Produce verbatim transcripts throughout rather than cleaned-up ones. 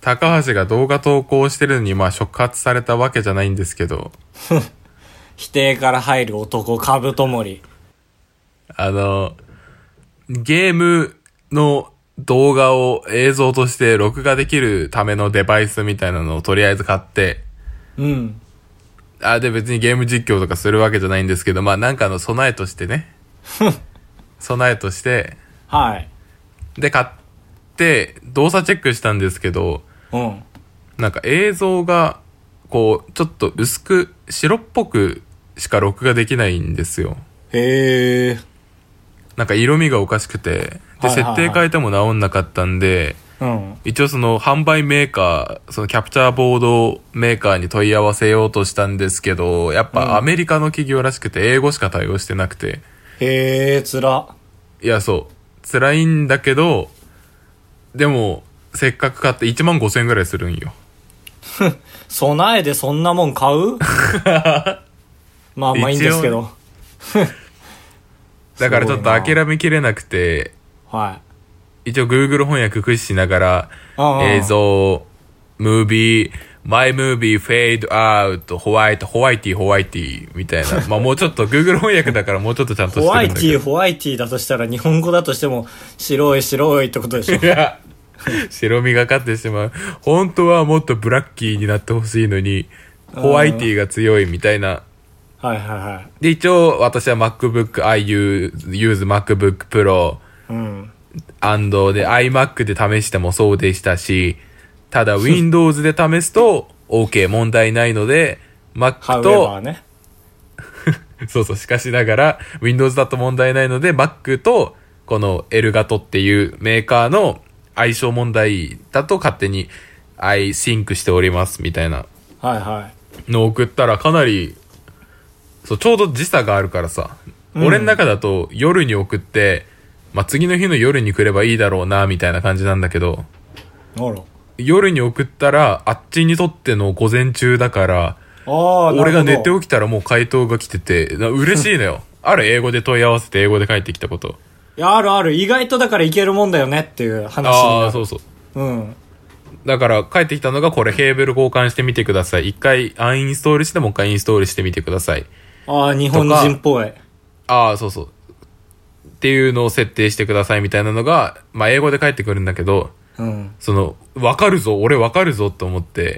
高橋が動画投稿してるのにまあ触発されたわけじゃないんですけど否定から入る男カブトモリ。 あのゲームの動画を映像として録画できるためのデバイスみたいなのをとりあえず買って、 うん。 あ、で別にゲーム実況とかするわけじゃないんですけど、まあなんかの備えとしてね備えとしてはい。 で買って動作チェックしたんですけど、 うん。 なんか映像がこうちょっと薄く白っぽくしか録画できないんですよ。 へえ。 なんか色味がおかしくて、で、 はいはいはい、 設定変えても直んなかったんで、 うん、 一応その販売メーカー、そのキャプチャーボードメーカーに問い合わせようとしたんですけど、やっぱアメリカの企業らしくて英語しか対応してなくて、 うん、へえ、つら。 いやそう辛いんだけど、でもせっかく買っていちまんごせんえんぐらいするんよ備えでそんなもん買うまあまあいいんですけどだからちょっと諦めきれなくて、 はい、 一応 Google 翻訳駆使しながら映像、ムービー、マイムービー、フェードアウト、ホワイト、ホワイティ、ホワイティみたいな。まあもうちょっと Google 翻訳だからもうちょっとちゃんとしてるんだけど。 ホワイティ、ホワイティだとしたら日本語だとしても白い白いってことでしょ。 いや、白みがかってしまう。本当はもっとブラッキーになってほしいのに、ホワイティが強いみたいな。 はいはいはい。 で、一応私は MacBook、I use, use MacBook Pro、 うん。 and で iMac で試してもそうでしたし、ただ Windows で試すと OK 問題ないので Mac と、 ね、 そうそうしかしながら Windows だと問題ないので Mac とこのエルガトっていうメーカーの相性問題だと勝手に I sync しておりますみたいなのを送ったらかなりそうちょうど時差があるからさ、うん、俺の中だと夜に送ってまあ、次の日の夜に来ればいいだろうなみたいな感じなんだけど、 あら夜に送ったらあっちにとっての午前中だから、 あ俺が寝て起きたらもう回答が来てて嬉しいのよある英語で問い合わせて英語で返ってきたこと。 いやあるある、意外とだからいけるもんだよねっていう話になる。 ああそうそう、 うん、 だから返ってきたのがこれケーブル交換してみてください、一回アンインストールしてもう一回インストールしてみてください。 ああ日本人っぽい。 ああそうそうっていうのを設定してくださいみたいなのが、まあ、英語で返ってくるんだけど、 うん、 その、わかるぞ、俺わかるぞと思って、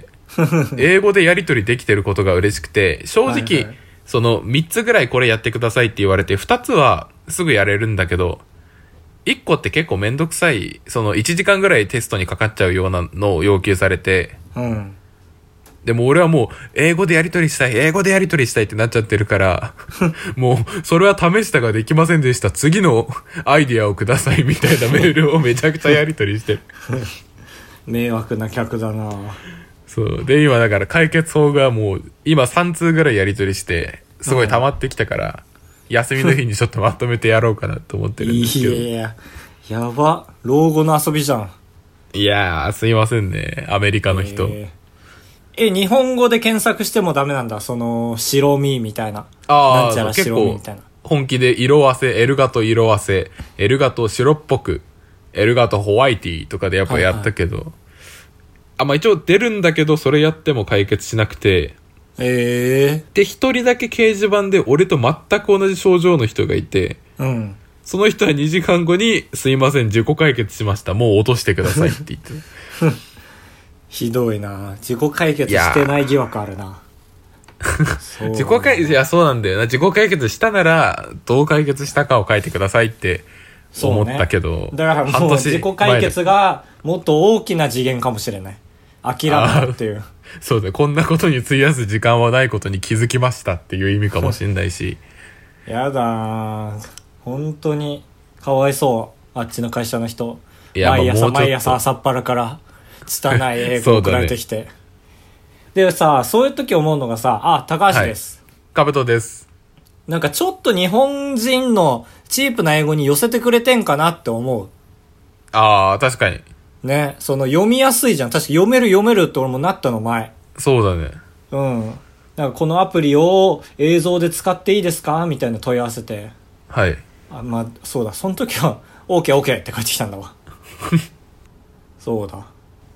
英語でやり取りできてることが嬉しくて、正直、はいはい、その、みっつぐらいこれやってくださいって言われて、ふたつはすぐやれるんだけど、いっこって結構めんどくさい、その、いちじかんぐらいテストにかかっちゃうようなのを要求されて、 うん、 でも俺はもう英語でやり取りしたい英語でやり取りしたいってなっちゃってるからもうそれは試したができませんでした、次のアイディアをくださいみたいなメールをめちゃくちゃやり取りしてる迷惑な客だな。 そうで今だから解決法がもう今さん通ぐらいやり取りしてすごい溜まってきたから、うん、休みの日にちょっとまとめてやろうかなと思ってるんですけど。 いややば老後の遊びじゃん。 いやーすいませんねアメリカの人。 えーえ、日本語で検索してもダメなんだ、その白身みたいな。 ああ、 なんちゃら白身みたいな。 本気で色あせ、エルガト色あせ、エルガト白っぽく、エルガトホワイティとかでやっぱやったけど、はいはい、あ、まあ一応出るんだけど、それやっても解決しなくて、 ええー。 で、一人だけ掲示板で俺と全く同じ症状の人がいて、 うん。 その人はにじかんごに、すいません、自己解決しました。もう落としてくださいって言って。 ひどいな。自己解決してない疑惑あるな。 自己解決、いや、そうなんだよな。自己解決したなら、どう解決したかを書いてくださいって思ったけど。 ね、だからもう自己解決がもっと大きな次元かもしれない。諦めたっていう。 そうだ、こんなことに費やす時間はないことに気づきましたっていう意味かもしれないし。 やだー。本当にかわいそう。あっちの会社の人。いや毎朝毎朝朝っぱらから。拙い英語送られてきて、ね、でさそういう時思うのがさあ高橋です、 はい、カブトです。 なんかちょっと日本人のチープな英語に寄せてくれてんかなって思う。 ああ確かにね、その読みやすいじゃん。確か読める読めるって俺もなったの前。 そうだね。 うんなんかこのアプリを映像で使っていいですかみたいな問い合わせて、 はいあまあそうだその時は オーケーオーケー って返ってきたんだわそうだ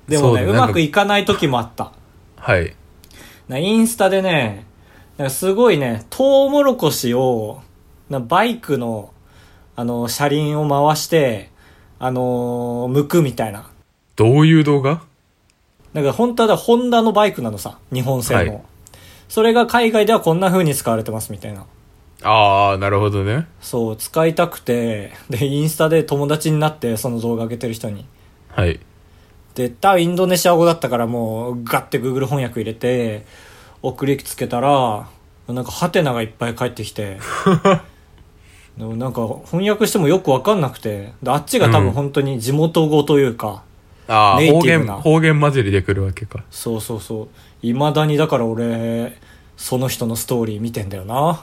でもね、 そううまくいかない時もあった。 はい。 なインスタでね、なんかすごいね、トウモロコシを、なバイクの、あの、車輪を回して、あのー、剥くみたいな。 どういう動画？ なんか本当はホンダのバイクなのさ、日本製の。はい、それが海外ではこんな風に使われてますみたいな。 ああ、なるほどね。 そう、使いたくて、で、インスタで友達になって、その動画上げてる人に。 はい。 で、多分インドネシア語だったからもう、ガッて Google 翻訳入れて、送りつけたら、なんかハテナがいっぱい返ってきて、でもなんか翻訳してもよくわかんなくて、であっちが多分本当に地元語というか、 うん、ああ、 ネイテ方言、 ィブな。 方言混じりで来るわけか。 そうそうそう。未だにだから俺、その人のストーリー見てんだよな。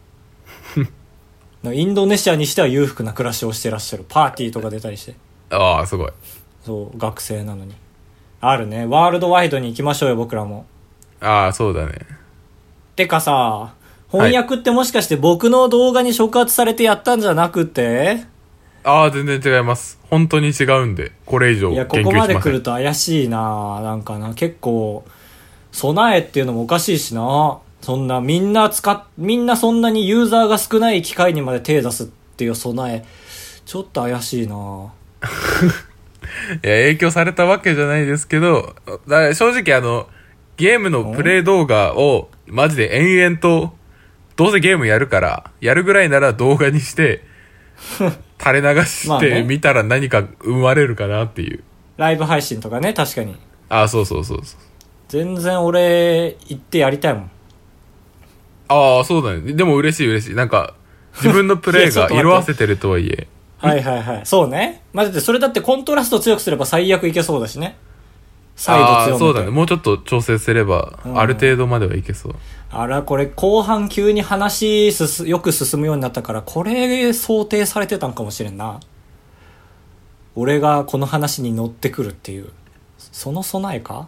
インドネシアにしては裕福な暮らしをしてらっしゃる。パーティーとか出たりして。 ああ、すごい。 そう、学生なのに。あるね。ワールドワイドに行きましょうよ、僕らも。 ああ、そうだね。 てかさ、翻訳ってもしかして僕の動画に触発されてやったんじゃなくて、 ああ、全然違います。本当に違うんで、これ以上いや、ここまで来ると怪しいな。なんかな、結構、備えっていうのもおかしいしな。そんな、みんな使っ、みんなそんなにユーザーが少ない機械にまで手出すっていう備え、ちょっと怪しいな。 いや、影響されたわけじゃないですけど、だ正直あの、ゲームのプレイ動画を、マジで延々と、どうせゲームやるから、やるぐらいなら動画にして、垂れ流して見たら何か生まれるかなっていう。 ライブ配信とかね、確かに。 ああ、そうそうそうそう。 全然俺、行ってやりたいもん。 ああ、そうだね。でも嬉しい嬉しい。なんか、自分のプレイが色あせてるとはいえ。 はいはいはい。そうね。まじで、それだってコントラスト強くすれば最悪いけそうだしね。サイド強めて。ああ、 そうだね。もうちょっと調整すれば、うん、ある程度まではいけそう。 あら、これ後半急に話すす、よく進むようになったから、これ想定されてたんかもしれんな。俺がこの話に乗ってくるっていう。その備えか？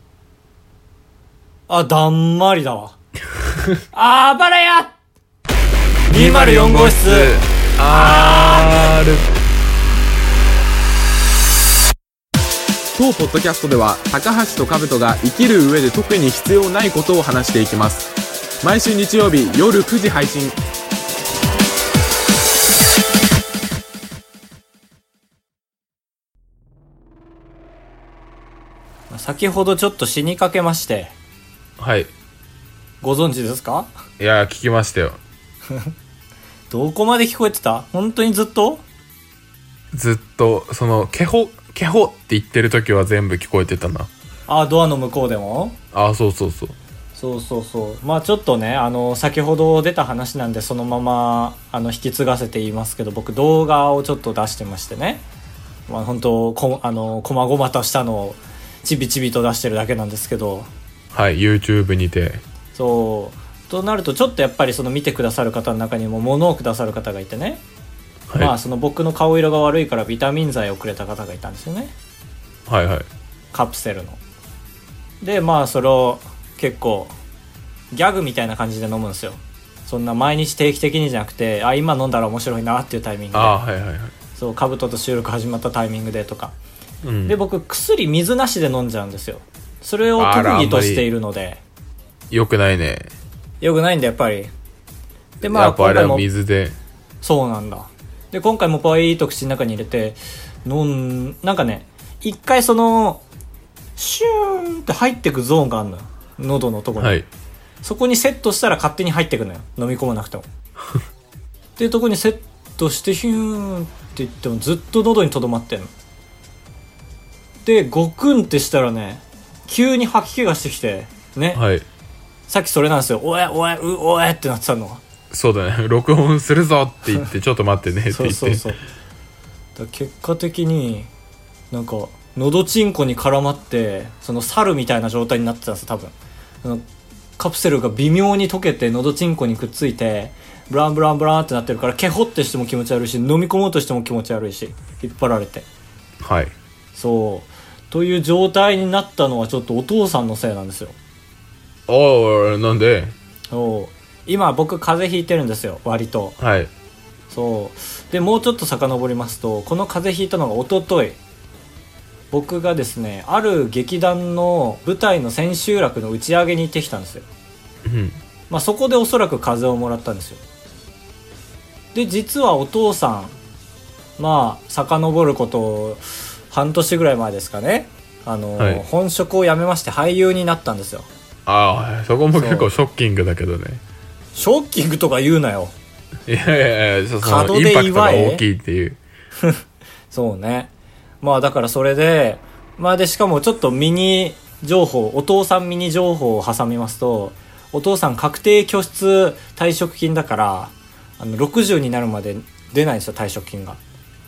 あ、だんまりだわ。あーばらや !にまるよん 号室 R。 当ポッドキャストでは高橋と兜が生きる上で特に必要ないことを話していきます。毎週日曜日夜くじ配信。 先ほどちょっと死にかけまして。 はい。 ご存知ですか？ いや、聞きましたよ。 どこまで聞こえてた？本当にずっと？ ずっと、その、ケホ、ケホって言ってる時は全部聞こえてたな。 あ、ドアの向こうでも？ あ、そうそうそう。 そうそうそう。まあちょっとね、あの、先ほど出た話なんで、そのまま、あの、引き継がせて言いますけど、僕動画をちょっと出してましてね。まあ本当、こ、あの、こまごまとしたのを、ちびちびと出してるだけなんですけど。 はい、YouTube にて。 そうとなるとちょっとやっぱりその見てくださる方の中にも物をくださる方がいてね、はい、まあその僕の顔色が悪いからビタミン剤をくれた方がいたんですよね。 はいはい。 カプセルので、まあそれを結構ギャグみたいな感じで飲むんですよ。そんな毎日定期的にじゃなくて、あ、今飲んだら面白いなっていうタイミングで、 あ、はいはいはい、 そうカブトと収録始まったタイミングでとか、うん、で僕薬水なしで飲んじゃうんですよ。それを特技としているので。 よくないね。 よくないんだやっぱり。でまあやっぱあれは水で。 そうなんだ。で今回もポイーと口の中に入れて飲んなんかね、一回そのシューンって入ってくゾーンがあるのよ、喉のところに、はい、そこにセットしたら勝手に入ってくのよ、飲み込まなくてもっていうところにセットしてヒューンって言ってもずっと喉にとどまってんので、ゴクンってしたらね、急に吐き気がしてきてね、はい、さっきそれなんですよ、おえおえうおえってなってたのは。 そうだね、録音するぞって言ってちょっと待ってねって言ってそうそうそう。 だ結果的になんか喉チンコに絡まってその猿みたいな状態になってたんです多分。あのカプセルが微妙に溶けて喉チンコにくっついてブランブランブランってなってるから、ケホってしても気持ち悪いし、飲み込もうとしても気持ち悪いし、引っ張られて、 はい、 そうという状態になったのはちょっとお父さんのせいなんですよ。 おー、なんで？ そう今僕風邪ひいてるんですよ割と。 はい。 そうでもうちょっと遡りますと、この風邪ひいたのが一昨日僕がですねある劇団の舞台の千秋楽の打ち上げに行ってきたんですよ、 うんまあ、そこでおそらく風をもらったんですよ。で実はお父さんまあ遡ること半年ぐらい前ですかね、あの、はい、本職を辞めまして俳優になったんですよ。 ああそこも結構ショッキングだけどね。 ショッキングとか言うなよ。 いやいやいや、そのインパクトが大きいっていうそうね。まあだからそれでまあでしかもちょっとミニ情報、お父さんミニ情報を挟みますと、お父さん確定拠出退職金だからあのろくじゅうになるまで出ないんですよ、退職金が。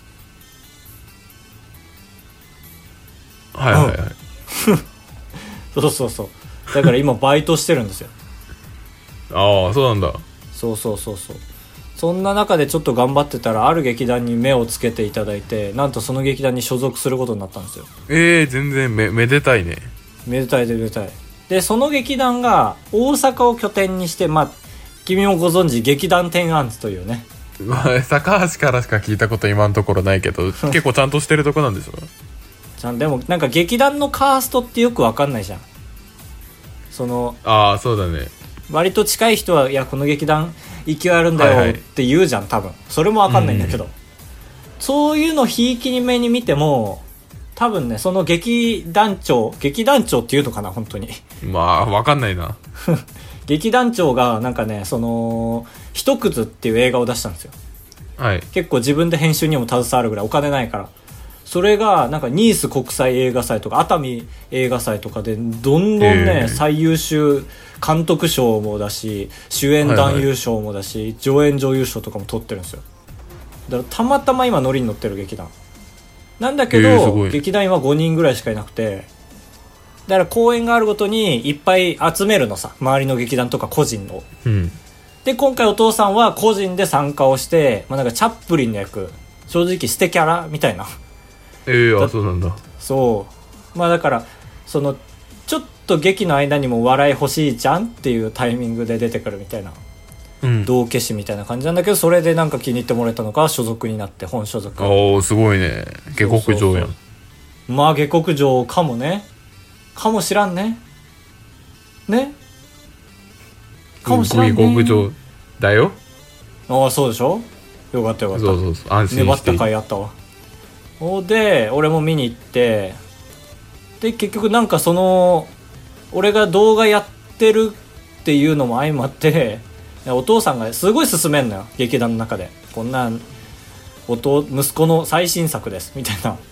はいはいはい、うん、 そうそうそう、だから今バイトしてるんですよ。 ああそうなんだ。 そうそうそうそう。そんな中でちょっと頑張ってたらある劇団に目をつけていただいて、なんとその劇団に所属することになったんですよ。 えー、全然 め, めでたいね。 めでたいでめでたい。でその劇団が大阪を拠点にして、まあ君もご存知劇団天安津というね、 まあ、高橋からしか聞いたこと今のところないけど結構ちゃんとしてるとこなんでしょちゃんでもなんか劇団のカーストってよく分かんないじゃん。そのああそうだね、 割と近い人はいやこの劇団勢いあるんだよって言うじゃん、はいはい、多分それも分かんないんだけど、うん、そういうのひいきに目に見ても多分ねその劇団長劇団長っていうのかな本当にまあ分かんないな劇団長がなんかねその一くずっていう映画を出したんですよ、 はい、 結構自分で編集にも携わるぐらいお金ないから。それがなんかニース国際映画祭とか熱海映画祭とかでどんどんね最優秀監督賞もだし主演男優賞もだし、はいはい、上演女優賞とかも取ってるんですよ。だからたまたま今ノリに乗ってる劇団なんだけど、えー、劇団員はごにんぐらいしかいなくて、だから公演があるごとにいっぱい集めるのさ、周りの劇団とか個人の、 うん、 で今回お父さんは個人で参加をして、まあ、なんかチャップリンの役正直捨てキャラみたいな。 えー、あそうなんだ。 そうまあだからそのちょっと劇の間にも笑い欲しいじゃんっていうタイミングで出てくるみたいな、うん、道化師みたいな感じなんだけど、それでなんか気に入ってもらえたのか所属になって本所属。 おーすごいね、下克上やん。そうそうそうまあ下克上かもね、かもしらんねねかもしらんね、 下克上だよ。 ああそうでしょ、よかったよかった。 そうそうそう安心して粘った甲斐あったわ。で俺も見に行って、で結局なんかその俺が動画やってるっていうのも相まってお父さんがすごい勧めんのよ劇団の中で、こんなおと息子の最新作ですみたいな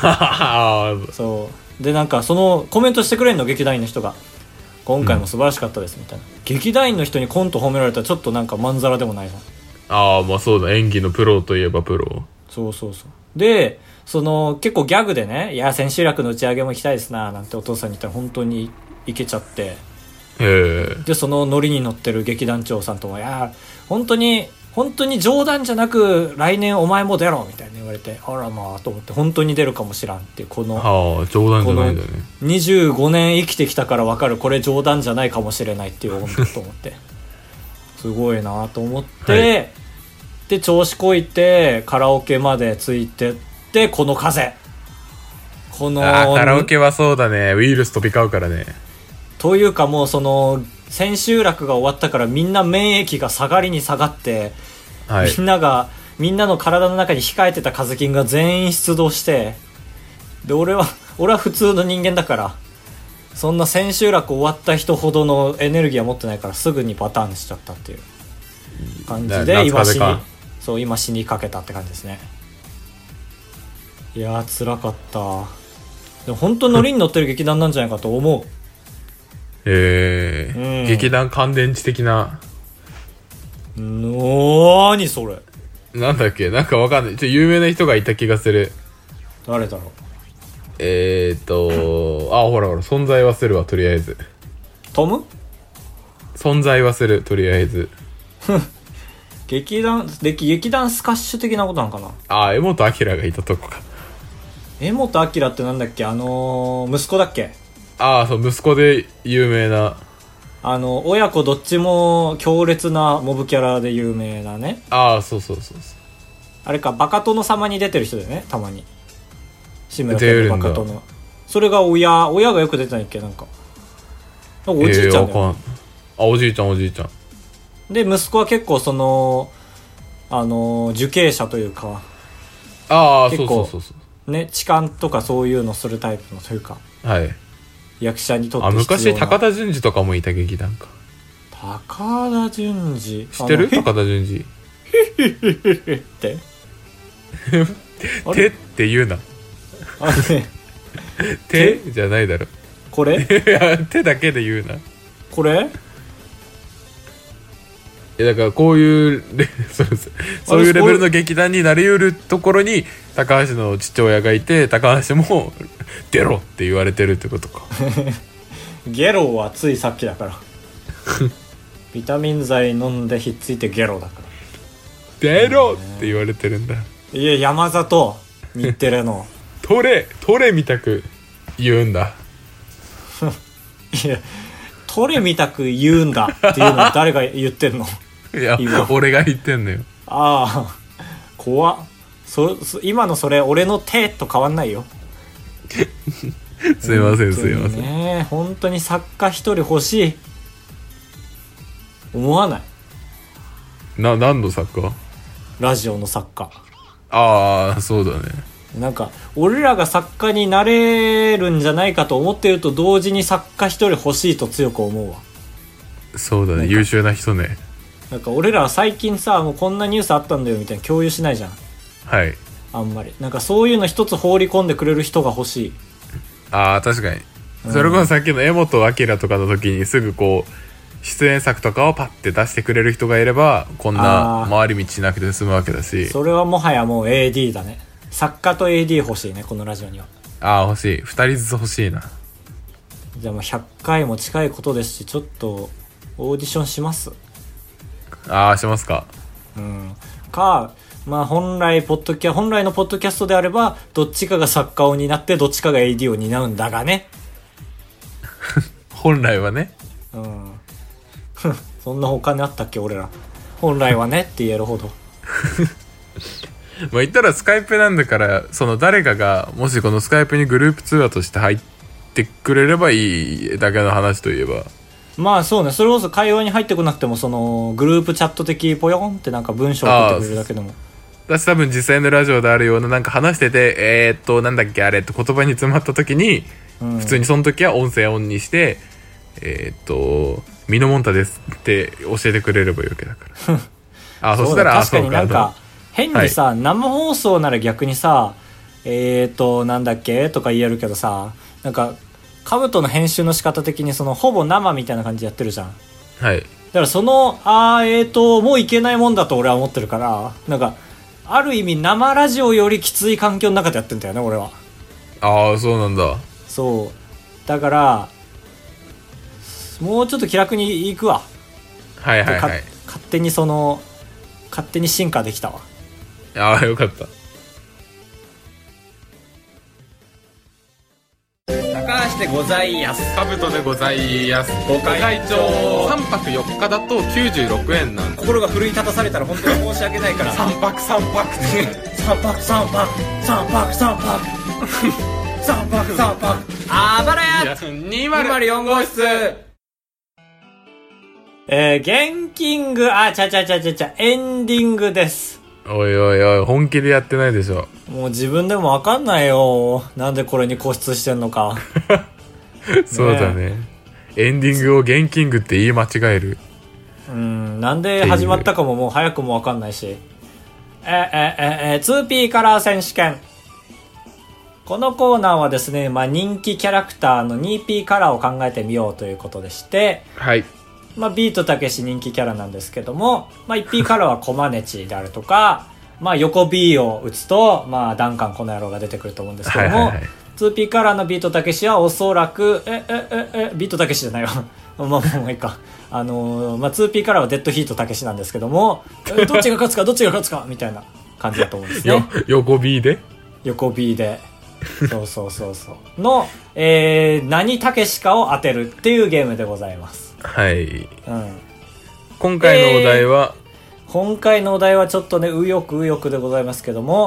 そうでなんかそのコメントしてくれんの劇団員の人が、今回も素晴らしかったですみたいな、うん、劇団員の人にコント褒められたらちょっとなんかまんざらでもないじゃん。 ああまあそうだ、演技のプロといえばプロ。 そうそうそう。でその結構ギャグでね、いや千秋楽の打ち上げも行きたいですななんてお父さんに言ったら本当に行けちゃって、 へでそのノリに乗ってる劇団長さんとも、いや本当に本当に冗談じゃなく来年お前も出ろみたいに言われて、あらまあと思って本当に出るかもしらんっていう、このはあ冗談じゃないんだね。 にじゅうごねん生きてきたから分かる、これ冗談じゃないかもしれないっていう温度と思ってすごいなと思って、はい、で調子こいてカラオケまでついてってこの風このあカラオケはそうだね、ウイルス飛び交うからね。 というかもうその千秋楽が終わったからみんな免疫が下がりに下がって、はい、みんながみんなの体の中に控えてた風菌が全員出動して、で俺は俺は普通の人間だからそんな千秋楽終わった人ほどのエネルギーは持ってないからすぐにバターンしちゃったっていう感じで今死にそう今死にかけたって感じですね。いやー辛かった。でも本当ノリに乗ってる劇団なんじゃないかと思うえーうん、劇団乾電池的な。 なーにそれなんだっけ、なんかわかんない、ちょっと有名な人がいた気がする。 誰だろう。 えーっとあほらほら存在はするわ、とりあえずトム存在はするとりあえず劇団で劇団スカッシュ的なことなんかな。 あ江本明がいたとこか。 江本明ってなんだっけ、あのー、息子だっけ。 ああそう息子で有名な、 あの親子どっちも強烈なモブキャラで有名なね。 ああそうそうそうそう、 あれかバカ殿様に出てる人だよねたまに。 志村けんのバカ殿。それが親親がよく出てないっけ、なんかなんかおじいちゃんだよ、ね、 えー、あおじいちゃんおじいちゃんで息子は結構そのあの受刑者というか、 ああそうそうそうそうね、痴漢とかそういうのするタイプのというか、 はい、 役者にとってあ必要な。 昔高田純次とかもいた劇団か。 高田純次知ってる？高田純次って手って言うな。 あれ手じゃないだろ。 これ手だけで言うな。 これいやだからこういうそうそうそういうレベルの劇団になりうるところに高橋の父親がいて、高橋も出ろって言われてるってことか。 ゲロはついさっきだからビタミン剤飲んでひっついてゲロだから出ろって言われてるんだ。 いや山里日テレの取れ取れみたく言うんだいや取れみたく言うんだっていうの誰が言ってんのいや俺が言ってんのよ。 ああ怖っ。そ今のそれ俺の手と変わんないよすいませんすいませんね。本当に作家一人欲しい。思わない？ な何の作家？ ラジオの作家。 ああそうだね。 なんか俺らが作家になれるんじゃないかと思っていると同時に作家一人欲しいと強く思うわ。 そうだね、優秀な人ね。 なんか俺らは最近さもうこんなニュースあったんだよみたいな共有しないじゃん。 はい。 あんまりなんかそういうの一つ放り込んでくれる人が欲しい。 ああ確かに、うん、それこそさっきの柄本明とかの時にすぐこう出演作とかをパッて出してくれる人がいればこんな回り道しなくて済むわけだし。 それはもはやもう エーディー だね。作家と エーディー 欲しいねこのラジオには。 ああ欲しい。ふたりずつ欲しいな。 じゃあもうひゃっかいも近いことですしちょっとオーディションします。 ああしますか。 うんかまあ本来ポッドキャ本来のポッドキャストであればどっちかが作家を担ってどっちかが エーディー を担うんだがね本来はね。 うんそんなお金あったっけ俺ら。本来はねって言えるほどまあ言ったらスカイプなんだからその誰かがもしこのスカイプにグループ通話として入ってくれればいいだけの話といえばまあそうね。それこそ会話に入ってこなくてもそのグループチャット的ポヨンってなんか文章を送ってくれるだけでも。 私多分実際のラジオであるようななんか話しててえー、っとなんだっけあれって言葉に詰まった時に、うん、普通にその時は音声オンにしてえー、っとミノモンタですって教えてくれればいいわけだからあそしたら確かになんか変にさ、はい、生放送なら逆にさえー、っとなんだっけとか言えるけどさなんかカブトの編集の仕方的にそのほぼ生みたいな感じでやってるじゃん。 はい。 だからそのあーえーともういけないもんだと俺は思ってるからなんかある意味生ラジオよりきつい環境の中でやってんだよね俺は。 ああそうなんだ。 そうだからもうちょっと気楽に行くわ。 はいはいはい。 勝手にその勝手に進化できたわ。 ああよかった。 高橋でございやす。 カブトでございやす。ご会長さんぱくよっかだときゅうじゅうろくえんなんで。 心が奮い立たされたら本当に申し訳ないからさんぱくさんぱくさんぱくさんぱくさんぱくさんぱくさんぱくさんぱくあばらやにまるよん号室。えー、ゲンキングあちゃちゃちゃちゃちゃエンディングです。 おいおいおい本気でやってないでしょ。 もう自分でも分かんないよなんでこれに固執してんのかそうだね。エンディングをゲンキングって言い間違える。 うんなんで始まったかももう早くも分かんないしええええ ツーピー カラー選手権。このコーナーはですね、まあ、人気キャラクターの ツーピー カラーを考えてみようということでしてはいまあ、ビートたけし人気キャラなんですけども、まあ、ワンピー カラーはコマネチであるとかまあ横 B を打つと、まあ、ダンカンこの野郎が出てくると思うんですけども、はいはいはい、ツーピー カラーのビートたけしはおそらくええええビートたけしじゃないわまあもういいかあのー、まあ ツーピー カラーはデッドヒートたけしなんですけどもえどっちが勝つかどっちが勝つかみたいな感じだと思うんですねよ横 B で横 B でそうそうそうそうの、えー、何たけしかを当てるっていうゲームでございます。 はい、 うん、 今回のお題は、 えー、今回のお題はちょっとね右翼右翼でございますけども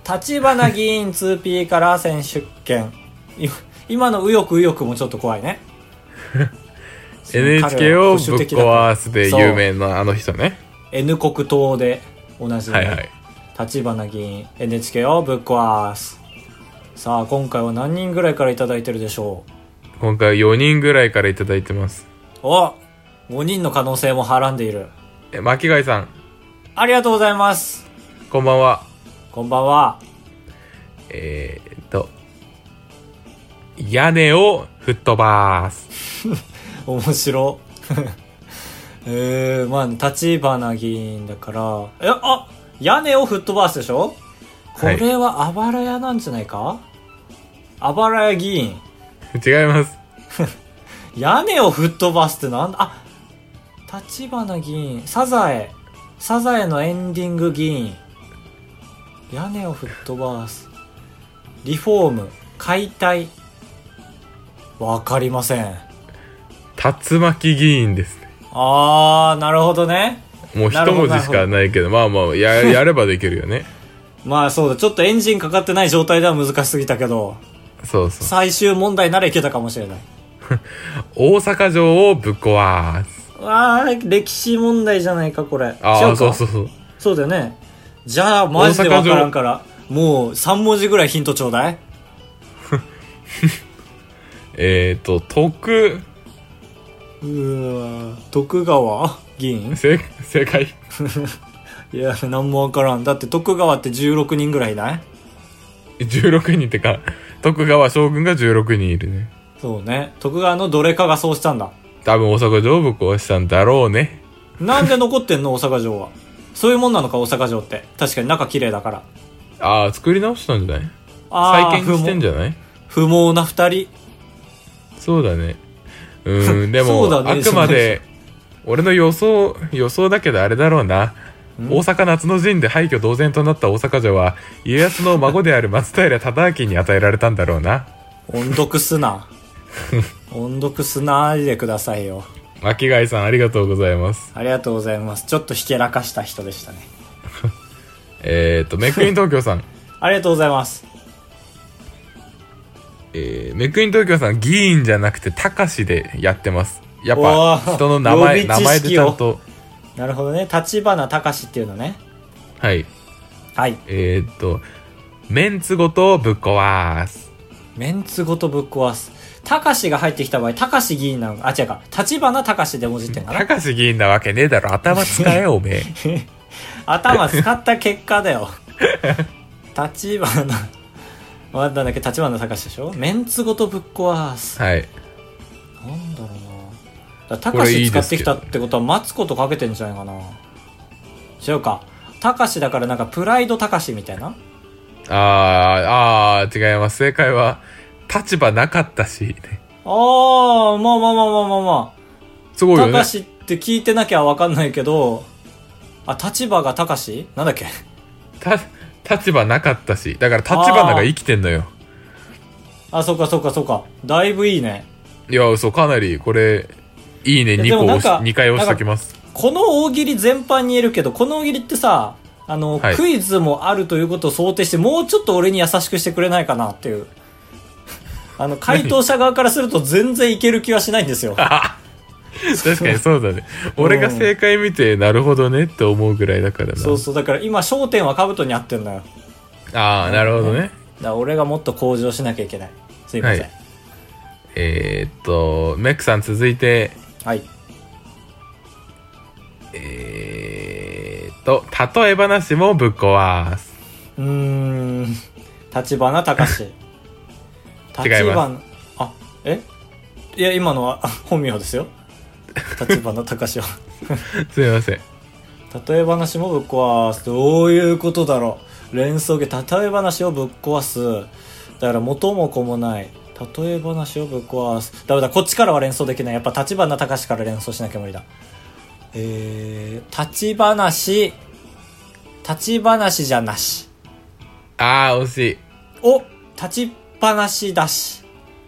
立花議員 ツーピー から選手権。今の右翼右翼もちょっと怖いね。 エヌエイチケー をぶっ壊すで有名なあの人ね。 N 国党でおなじみ、 はいはい、 立花議員 エヌエイチケー をぶっ壊す。さあ今回は何人ぐらいからいただいてるでしょう。今回はよにんぐらいからいただいてます。 お、ごにんの可能性もはらんでいる。 え、巻貝さんありがとうございます。 こんばんは。 こんばんは。 えーっと屋根を吹っ飛ばす。 面白。えー、まあ立花議員だから、え、あ、屋根を吹っ飛ばすでしょ。これはあばら屋なんじゃないか。あばら屋議員。 違います。 屋根を吹っ飛ばすってなんだ。あ、立花議員、サザエサザエのエンディング議員。屋根を吹っ飛ばす、リフォーム、解体、わかりません。 竜巻議員ですね。 あー、なるほどね。 もう一文字しかないけど、まあまあ や, やればできるよね。 まあそうだ、ちょっとエンジンかかってない状態では難しすぎたけど、 そうそう、 最終問題ならいけたかもしれない。 大阪城をぶっ壊す。 わー、歴史問題じゃないかこれ。 ああ、そうそうそう、 そうだよね。じゃあマジでわからんから、もうさん文字ぐらいヒントちょうだい。 えっと徳、 うーわ、徳川議員。 正解。 いや、なんもわからん。だって徳川ってじゅうろくにんぐらいいない？ じゅうろくにんってか、徳川将軍がじゅうろくにんいるね。 そうね。徳川のどれかがそうしたんだ。 多分大阪城をぶっ壊したんだろうね。 なんで残ってんの大阪城は。そういうもんなのか大阪城って。確かに中綺麗だから。 ああ、作り直したんじゃない？ あ、 再建してんじゃない？ 不毛な二人。 そうだね。うーん、でも、ね、あくまで俺の予想予想だけどあれだろうな。大阪夏の陣で廃墟同然となった大阪城は家康の孫である松平忠明に与えられたんだろうな。 音読すな。音読すないでくださいよ。 巻貝さんありがとうございます。 ありがとうございます。ちょっとひけらかした人でしたね。 えっとメックイン東京さんありがとうございます。 えー、メックイン東京さん議員じゃなくてたかしでやってます。やっぱ人の名前名前でちゃんと。 なるほどね。立花隆っていうのね。 はいはい。 えー、っとメンツごとぶっ壊す。 メンツごとぶっ壊す。隆が入ってきた場合、隆議員なの。あ、違うか。立花隆で文字ってんかな。 隆議員なわけねえだろ。頭使えよおめえ。 頭使った結果だよ。立花なんだっけ、立花隆でしょ。メンツごとぶっ壊す。 はい。 なんだろうな。隆使ってきたってことはマツコとかけてんじゃないかな。違うか。隆だからなんかプライド隆みたいな。 あーあー違います。正解は立場なかったし、ね、 ああ、まあまあまあまあまあまあ。 すごいよね。 隆って聞いてなきゃわかんないけど、あ、立場が隆なんだっけ。 た立場なかったし、だから立花が生きてんのよ。 ああ、そうかそうかそうか。だいぶいいね。 いや、そう、かなりこれいいね。にこ押しにかい押しときます。 この大喜利全般に言えるけど、この大喜利ってさ、あの、はい、クイズもあるということを想定して、もうちょっと俺に優しくしてくれないかなっていう。あの、回答者側からすると全然いける気はしないんですよ。 確かにそうだね。俺が正解見て、なるほどねって思うぐらいだからな。 そうそう、だから今焦点は兜に合ってんのよ。 ああ、なるほどね。だから俺がもっと向上しなきゃいけない。すいません。はい、 えー、っと、メックさん続いて。 はい。 えーっと、例え話もぶっ壊す。 うーん、立花隆。 違います。 あ、えいや、今のは本名ですよ。立花隆は。 すみません。 例え話もぶっ壊す。どういうことだろう。連想系、例え話をぶっ壊す。だから元も子もない。例え話をぶっ壊す。だめだ、こっちからは連想できない。やっぱ立花隆から連想しなきゃ無理だ。えー、立ち話、立ち話じゃなし。 あー、惜しい。 お、立ちっぱなしだし。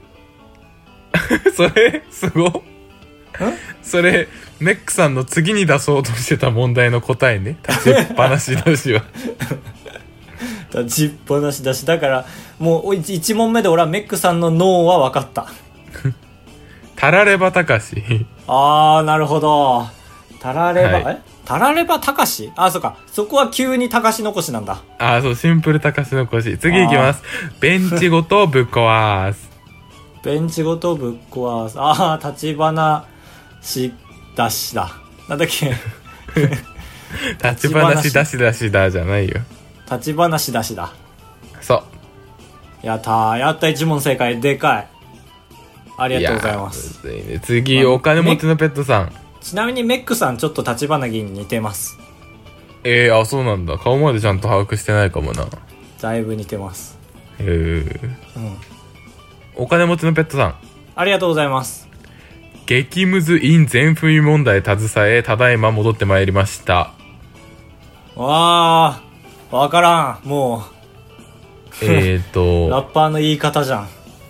それ、すごっ。それ、メックさんの次に出そうとしてた問題の答えね。立ちっぱなしだしは。 立ちっぱなしだし、だからもういち問目で俺はメックさんの脳は分かった。 タラレバたかし。 あーなるほど。タラレバ、 はい、 えタラレバたかし、あ、そっか、そこは急にたかし残しなんだ。 あーそう、シンプルたかし残し。次いきます。ベンチごとぶっ壊す。 ベンチごとぶっ壊す。あー立花しだしだ、なんだっけ。 立ち話だしだしだじゃないよ。 立花しだしだ。 そうやったー、やった、一問正解、でかい。ありがとうございます。 いやー、ね、次、お金持ちのペットさん。 ちなみにメックさんちょっと立花議員に似てます。 えー、あ、そうなんだ。顔までちゃんと把握してないかもな。 だいぶ似てます。 へー、 うん。 お金持ちのペットさん。 ありがとうございます。 激ムズ in 全冬問題携え、ただいま戻ってまいりました。 わー、わからん、もう。えーと。 ラッパーの言い方じゃん。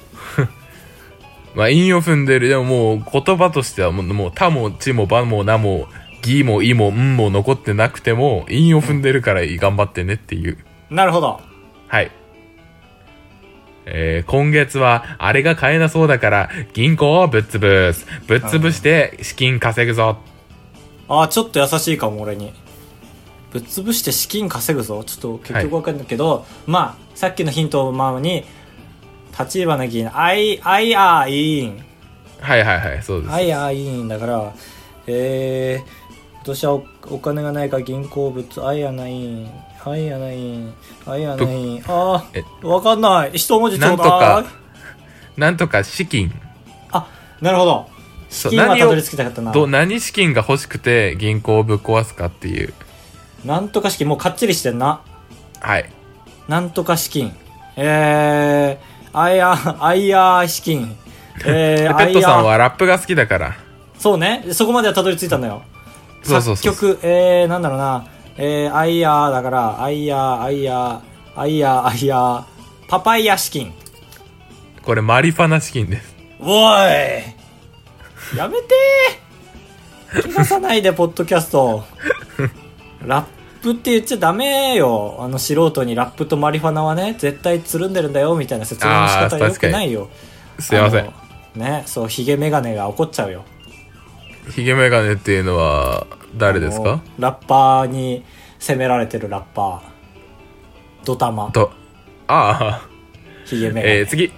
まあ、韻を踏んでる。でももう、言葉としてはもう、もう、たも、ちも、ばも、なも、ぎも、いも、んも残ってなくても、韻を踏んでるから頑張ってねっていう。 なるほど。 はい。えー、今月は、あれが買えなそうだから、銀行をぶっ潰す。ぶっ潰して資金稼ぐぞ。 ああ、ちょっと優しいかも、俺に。ぶっ潰して資金稼ぐぞ。ちょっと結局わかんないけど、はい、まあ、さっきのヒントをままに、立花議員、アイ、アイアー委員。 はいはいはい、そうです。 アイアー委員だから、えー、今年は お, お金がないから銀行物、アイアーナ委員。アイアーナ委員。アイアーナ委員。ああ、わかんない。一文字ちょうだい。 なんとか、なんとか資金。 あ、なるほど。資金はたどり着きたかったな。 ど何資金が欲しくて銀行をぶっ壊すかっていう。 なんとか資金、もうかっちりしてんな。 はい。 なんとか資金。えー、アイアー、アイアー資金。えー、 ペットさんはラップが好きだから。 そうね。そこまではたどり着いたんだよ。 そうそうそう。 作曲、えー、なんだろうな。えー、アイアーだから、アイアー、アイアー、アイアー、アイアー、パパイヤ資金。 これマリファナ資金です。 おいやめてー気がさないで、ポッドキャスト。ラップって言っちゃダメよ。あの素人にラップとマリファナはね、絶対つるんでるんだよ、みたいな説明の仕方よくないよ。 すいません。 ね、そう、ヒゲメガネが怒っちゃうよ。 ヒゲメガネっていうのは誰ですか？ ラッパーに責められてるラッパー。ドタマ。 と、ああ。 ヒゲメガネ。 えー、次。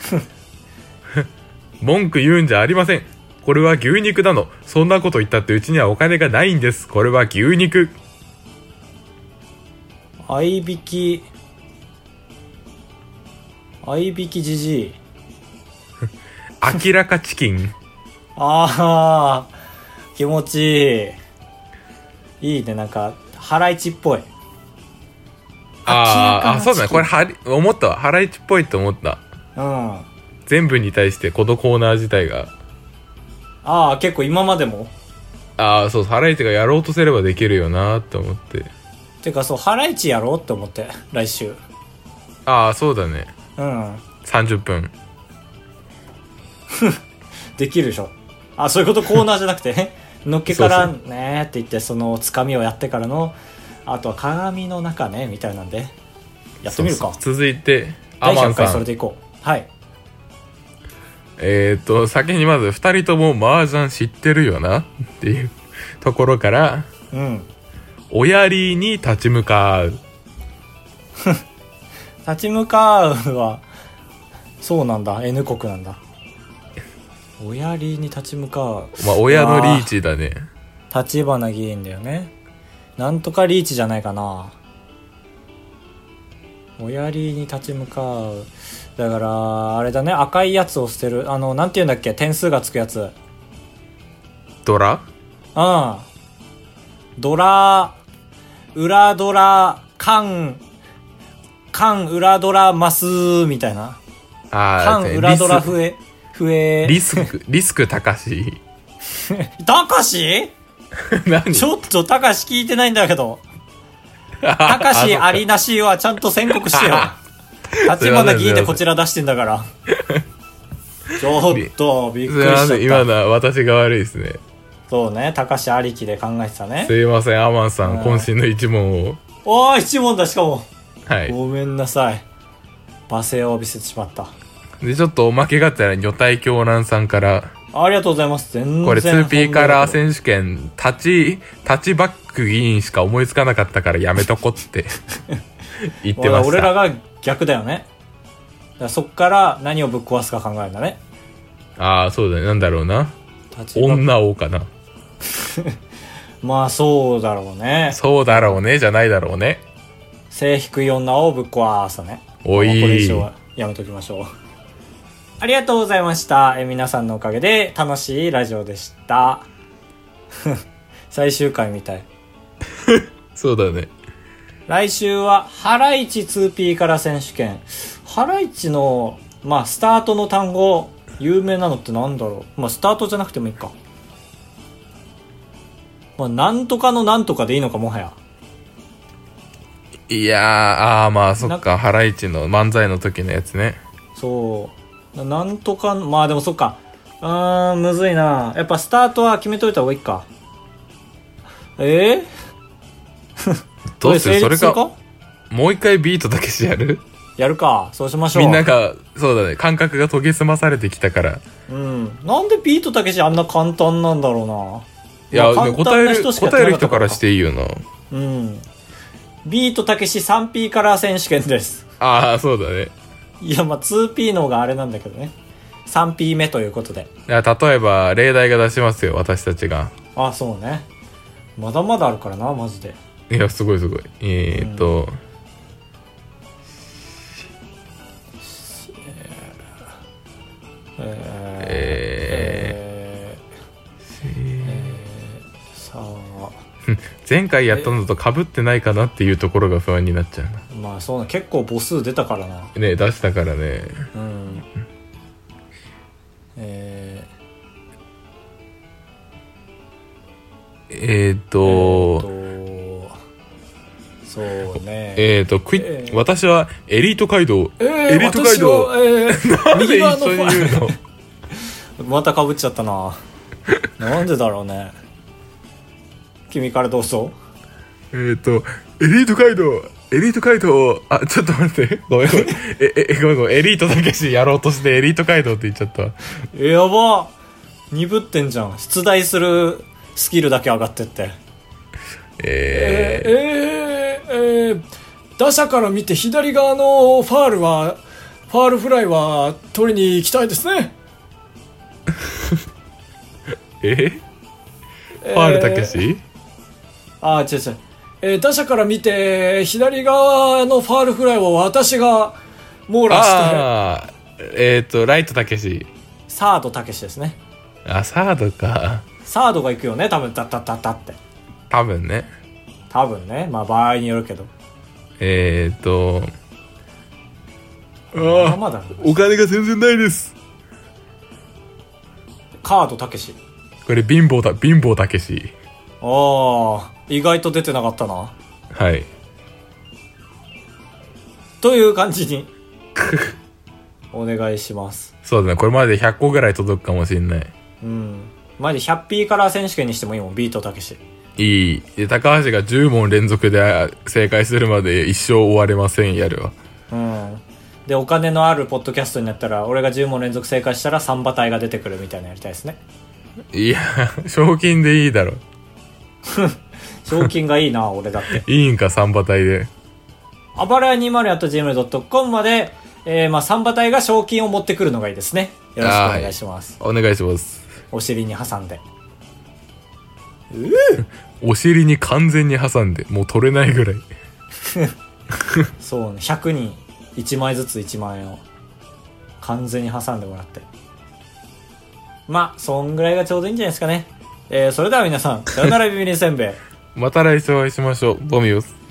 文句言うんじゃありません。これは牛肉だの。そんなこと言ったってうちにはお金がないんです。これは牛肉。 合いびき。合いびきじじい。 明らかチキン。 ああ、気持ちいい。いいね、なんか、ハライチっぽい。 ああ、そうだね。これはり、思ったわ。ハライチっぽいと思った。 うん。 全部に対してこのコーナー自体が。 ああ、結構今までも。 ああ、そう、ハライチがやろうとすればできるよなって思って。 てかそう、ハライチやろうって思って、来週。 ああ、そうだね。 うん。 さんじゅっぷん。 できるでしょ。あ、そういうこと、コーナーじゃなくてのっけからねって言って、そのつかみをやってからの、あとは鏡の中ねみたいなんでやってみるか。 そうそう。続いてアマンさん、それでいこう。はい。 えっと先にまずふたりとも麻雀知ってるよなっていうところから、 うん、 おやりに立ち向かう。 立ち向かうはそうなんだ、 N 国なんだ。おやりに立ち向かう、 まあ親のリーチだね。 立花議員だよね。なんとかリーチじゃないかな。おやりに立ち向かうだからあれだね、赤いやつを捨てる。あのなんていうんだっけ、点数がつくやつ。 ドラ？ うん。ドラ、裏ドラ、カン、カン裏ドラマスみたいな。 あカン裏ドラ増え、増え。 リスク、リスク高し。 高し何？ ちょっと高し聞いてないんだけど。高しありなしはちゃんと宣告してよ。立花議員でこちら出してんだから。ちょっとびっくりしちゃった。 今のは私が悪いですね。 そうね、高しありきで考えてたね。 すいません、アマンさん、 うん、 渾身の一問を。 おー、一問だ、しかも。 はい。 ごめんなさい。罵声を浴びせてしまった。 で、ちょっとおまけがあったら、女体狂乱さんから、 ありがとうございます。全然。 これ ツーピー カラー選手権、立ち、立ちバック議員しか思いつかなかったからやめとこって言ってました。 俺らが逆だよね。だからそっから何をぶっ壊すか考えるんだね。 ああ、そうだね。なんだろうな。女王かな。 まあそうだろうね。 そうだろうねじゃないだろうね。 背低い女をぶっ壊すね。 おい。 これ以上はやめときましょう。ありがとうございました。え皆さんのおかげで楽しいラジオでした。最終回みたい。 そうだね。 来週はハライチ ツーピー から選手権。ハライチのまあスタートの単語有名なのってなんだろう。まあスタートじゃなくてもいいか。まあなんとかのなんとかでいいのかもはや。 いやー、あーまあそっか、ハライチの漫才の時のやつね。 そう。なんとか、まあでもそっか。うーん、むずいな。やっぱスタートは決めといた方がいいか。えー、 どうするそれか、 かもう一回ビートだけしやるやるか。そうしましょう。 みんなが、そうだね、感覚が研ぎ澄まされてきたから。 うん。なんでビートだけしあんな簡単なんだろうな。 いや、まあ、答える、答える人からしていいよな。 うん。ビートたけし スリーピー カラー選手権です。 ああ、そうだね。 いや、まあ ツーピー の方があれなんだけどね。スリーピー 目ということで。 いや、例えば、例題が出しますよ、私たちが。 あ、そうね。まだまだあるからな、マジで。 いや、すごいすごい。えーっと、うん、えー、えー、えー、さあ。前回やったのと被ってないかなっていうところが不安になっちゃうな。まあそうな、結構母数出たからな。 ね、出したからね。 うん。えー、えーっと、 えー、とそうね。 えーっと、クイ、えー、私はエリート街道。 えー、 エリート街道。 えー、 なんで一緒に言うのまた被っちゃったな。なんでだろうね。君からどうぞ。 えーっと、エリート街道、エリート街道、あ、ちょっと待って。ごめんごめん。え、え、ごめんごめん。エリートだけしやろうとしてエリート街道って言っちゃった。 え、やば。鈍ってんじゃん。出題するスキルだけ上がってって。 えー、 えー、えー、えー、打者から見て左側のファールは、ファールフライは取りに行きたいですね。 えー、ファールたけし、 ああ、違う違う。えー、打者から見て、左側のファールフライを私が網羅して。 ああ、えっ、ー、と、ライトたけし。 サードたけしですね。 あ、サードか。 サードが行くよね、多分、タッタッタッタって。 多分ね。 多分ね。まあ、場合によるけど。 えっ、ー、と、 ああ、まだお金が全然ないです。 カードたけし。 これ、貧乏だ、貧乏たけし。 ああ、意外と出てなかったな。 はい。 という感じにお願いします。 そうだね、これまでひゃっこぐらい届くかもしんない。 うん。マジひゃくピーカラー選手権にしてもいいもん、ビートたけし。 いい。で、高橋がじゅう問連続で正解するまで一生終われません、やるわ。 うん。で、お金のあるポッドキャストになったら、俺がじゅう問連続正解したらさん馬体が出てくるみたいなのやりたいですね。 いや、賞金でいいだろ。 賞金がいいな、俺だって。 いいんか、さん馬体で。 あばらや にじゅう アットジーメールドットコム まで、えー、まあさん馬体が賞金を持ってくるのがいいですね。よろしくお願いします。 お願いします。 お尻に挟んで。 うお尻に完全に挟んで、もう取れないぐらい。 そうね、ひゃくにんいちまいずついちまん円を完全に挟んでもらって。まあ、そんぐらいがちょうどいいんじゃないですかね。えー、それでは皆さん、さよならビビリンせんべい。 また来週お会いしましょう。ボミオス。